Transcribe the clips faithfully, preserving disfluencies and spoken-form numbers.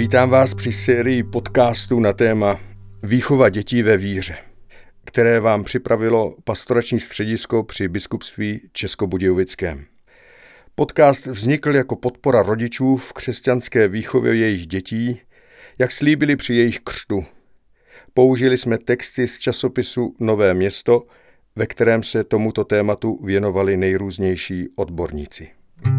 Vítám vás při sérii podcastů na téma Výchova dětí ve víře, které vám připravilo pastorační středisko při biskupství Českobudějovickém. Podcast vznikl jako podpora rodičů v křesťanské výchově jejich dětí, jak slíbili při jejich křtu. Použili jsme texty z časopisu Nové město, ve kterém se tomuto tématu věnovali nejrůznější odborníci.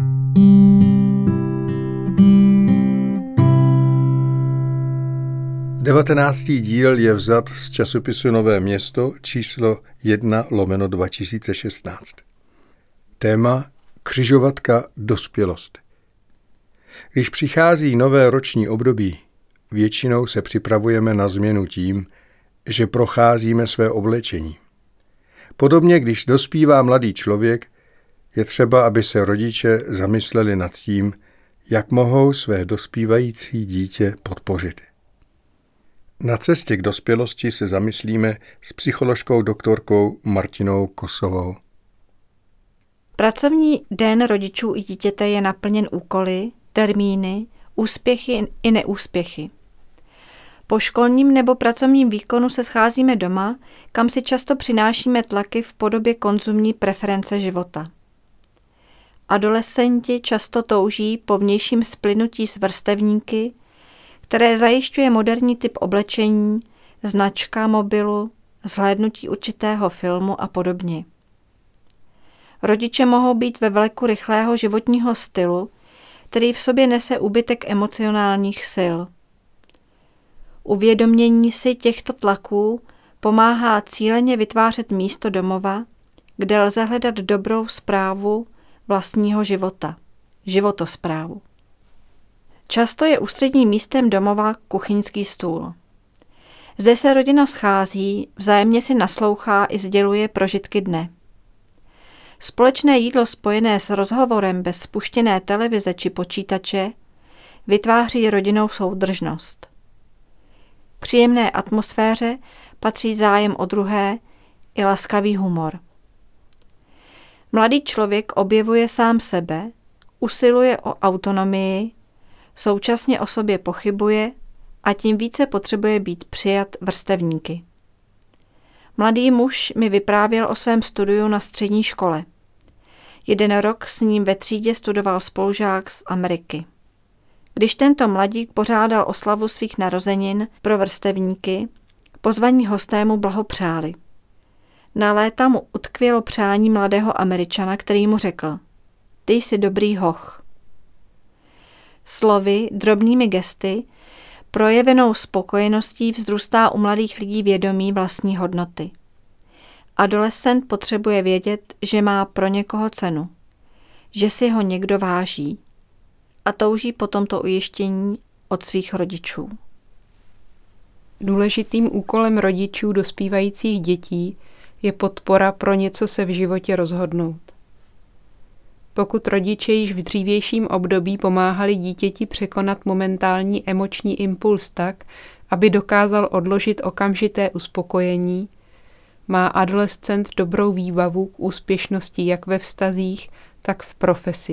Devatenáctý díl je vzat z časopisu Nové město číslo jedna lomeno dva tisíce šestnáct. Téma křižovatka dospělost. Když přichází nové roční období, většinou se připravujeme na změnu tím, že procházíme své oblečení. Podobně, když dospívá mladý člověk, je třeba, aby se rodiče zamysleli nad tím, jak mohou své dospívající dítě podpořit. Na cestě k dospělosti se zamyslíme s psycholožkou doktorkou Martinou Kosovou. Pracovní den rodičů i dítěte je naplněn úkoly, termíny, úspěchy i neúspěchy. Po školním nebo pracovním výkonu se scházíme doma, kam si často přinášíme tlaky v podobě konzumní preference života. Adolescenti často touží po vnějším splynutí s vrstevníky, které zajišťuje moderní typ oblečení, značka mobilu, zhlédnutí určitého filmu a podobně. Rodiče mohou být ve vleku rychlého životního stylu, který v sobě nese úbytek emocionálních sil. Uvědomění si těchto tlaků pomáhá cíleně vytvářet místo domova, kde lze hledat dobrou správu vlastního života, životosprávu. Často je ústředním místem domova kuchyňský stůl. Zde se rodina schází, vzájemně si naslouchá i sděluje prožitky dne. Společné jídlo spojené s rozhovorem bez spuštěné televize či počítače vytváří rodinnou soudržnost. K příjemné atmosféře patří zájem o druhé i laskavý humor. Mladý člověk objevuje sám sebe, usiluje o autonomii, současně o sobě pochybuje a tím více potřebuje být přijat vrstevníky. Mladý muž mi vyprávěl o svém studiu na střední škole. Jeden rok s ním ve třídě studoval spolužák z Ameriky. Když tento mladík pořádal oslavu svých narozenin pro vrstevníky, pozvaní hosté mu blahopřáli. Na léta mu utkvělo přání mladého Američana, který mu řekl: "Ty jsi dobrý hoch." Slovy, drobnými gesty, projevenou spokojeností vzrůstá u mladých lidí vědomí vlastní hodnoty. Adolescent potřebuje vědět, že má pro někoho cenu, že si ho někdo váží a touží po tomto ujištění od svých rodičů. Důležitým úkolem rodičů dospívajících dětí je podpora pro něco se v životě rozhodnout. Pokud rodiče již v dřívějším období pomáhali dítěti překonat momentální emoční impuls tak, aby dokázal odložit okamžité uspokojení, má adolescent dobrou výbavu k úspěšnosti jak ve vztazích, tak v profesi.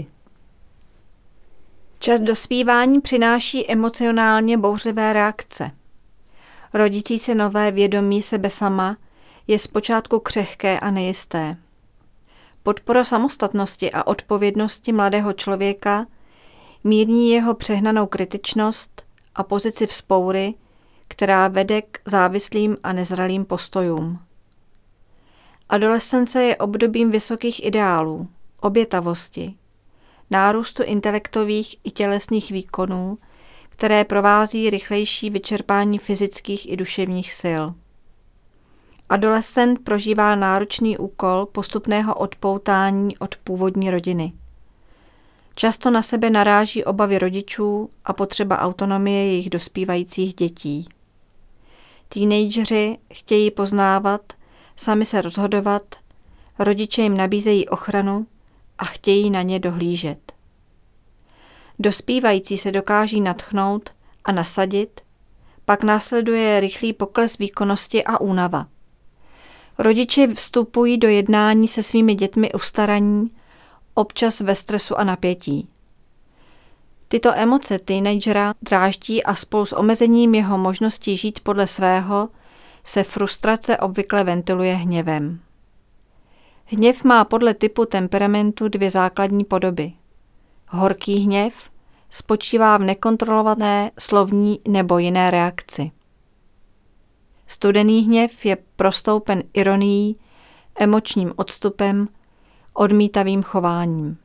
Čas dospívání přináší emocionálně bouřlivé reakce. Rodící se nové vědomí sebe sama je zpočátku křehké a nejisté. Podpora samostatnosti a odpovědnosti mladého člověka mírní jeho přehnanou kritičnost a pozici vzpoury, která vede k závislým a nezralým postojům. Adolescence je obdobím vysokých ideálů, obětavosti, nárůstu intelektových i tělesných výkonů, které provází rychlejší vyčerpání fyzických i duševních sil. Adolescent prožívá náročný úkol postupného odpoutání od původní rodiny. Často na sebe naráží obavy rodičů a potřeba autonomie jejich dospívajících dětí. Teenageři chtějí poznávat, sami se rozhodovat, rodiče jim nabízejí ochranu a chtějí na ně dohlížet. Dospívající se dokáží nadchnout a nasadit, pak následuje rychlý pokles výkonnosti a únava. Rodiče vstupují do jednání se svými dětmi ustaraní, občas ve stresu a napětí. Tyto emoce teenagera dráždí a spolu s omezením jeho možností žít podle svého se frustrace obvykle ventiluje hněvem. Hněv má podle typu temperamentu dvě základní podoby. Horký hněv spočívá v nekontrolované slovní nebo jiné reakci. Studený hněv je prostoupen ironií, emočním odstupem, odmítavým chováním.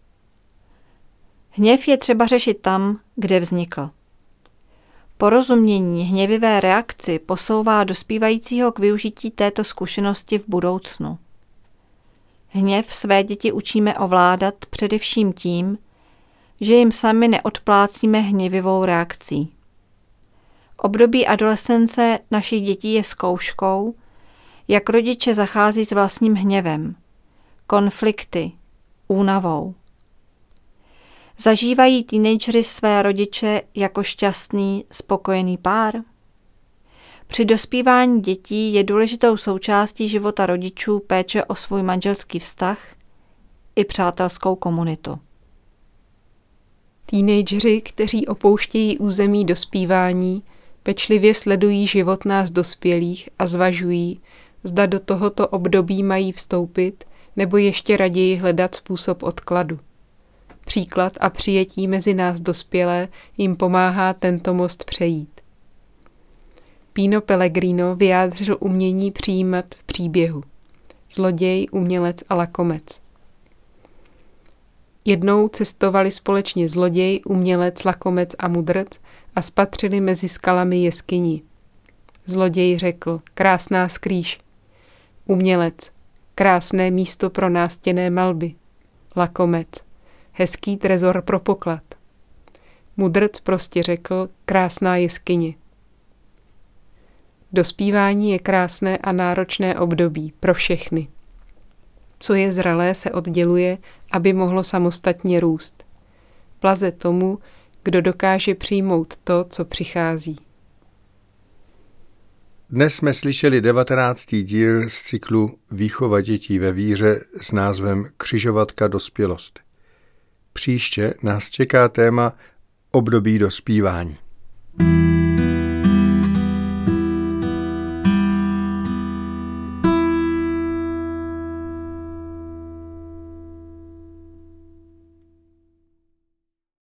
Hněv je třeba řešit tam, kde vznikl. Porozumění hněvivé reakci posouvá dospívajícího k využití této zkušenosti v budoucnu. Hněv své děti učíme ovládat především tím, že jim sami neodplácíme hněvivou reakcí. Období adolescence našich dětí je zkouškou, jak rodiče zachází s vlastním hněvem, konflikty, únavou. Zažívají teenageři své rodiče jako šťastný, spokojený pár? Při dospívání dětí je důležitou součástí života rodičů péče o svůj manželský vztah i přátelskou komunitu. Teenageři, kteří opouštějí území dospívání, pečlivě sledují život nás dospělých a zvažují, zda do tohoto období mají vstoupit nebo ještě raději hledat způsob odkladu. Příklad a přijetí mezi nás dospělé jim pomáhá tento most přejít. Pino Pellegrino vyjádřil umění přijímat v příběhu. Zloděj, umělec a lakomec. Jednou cestovali společně zloděj, umělec, lakomec a mudrc a spatřili mezi skalami jeskyni. Zloděj řekl, krásná skrýš. Umělec, krásné místo pro nástěnné malby. Lakomec, hezký trezor pro poklad. Mudrc prostě řekl, krásná jeskyně. Dospívání je krásné a náročné období pro všechny. Co je zralé, se odděluje, aby mohlo samostatně růst. Plaze tomu, kdo dokáže přijmout to, co přichází. Dnes jsme slyšeli devatenáctý díl z cyklu Výchova dětí ve víře s názvem Křižovatka dospělost. Příště nás čeká téma období dospívání.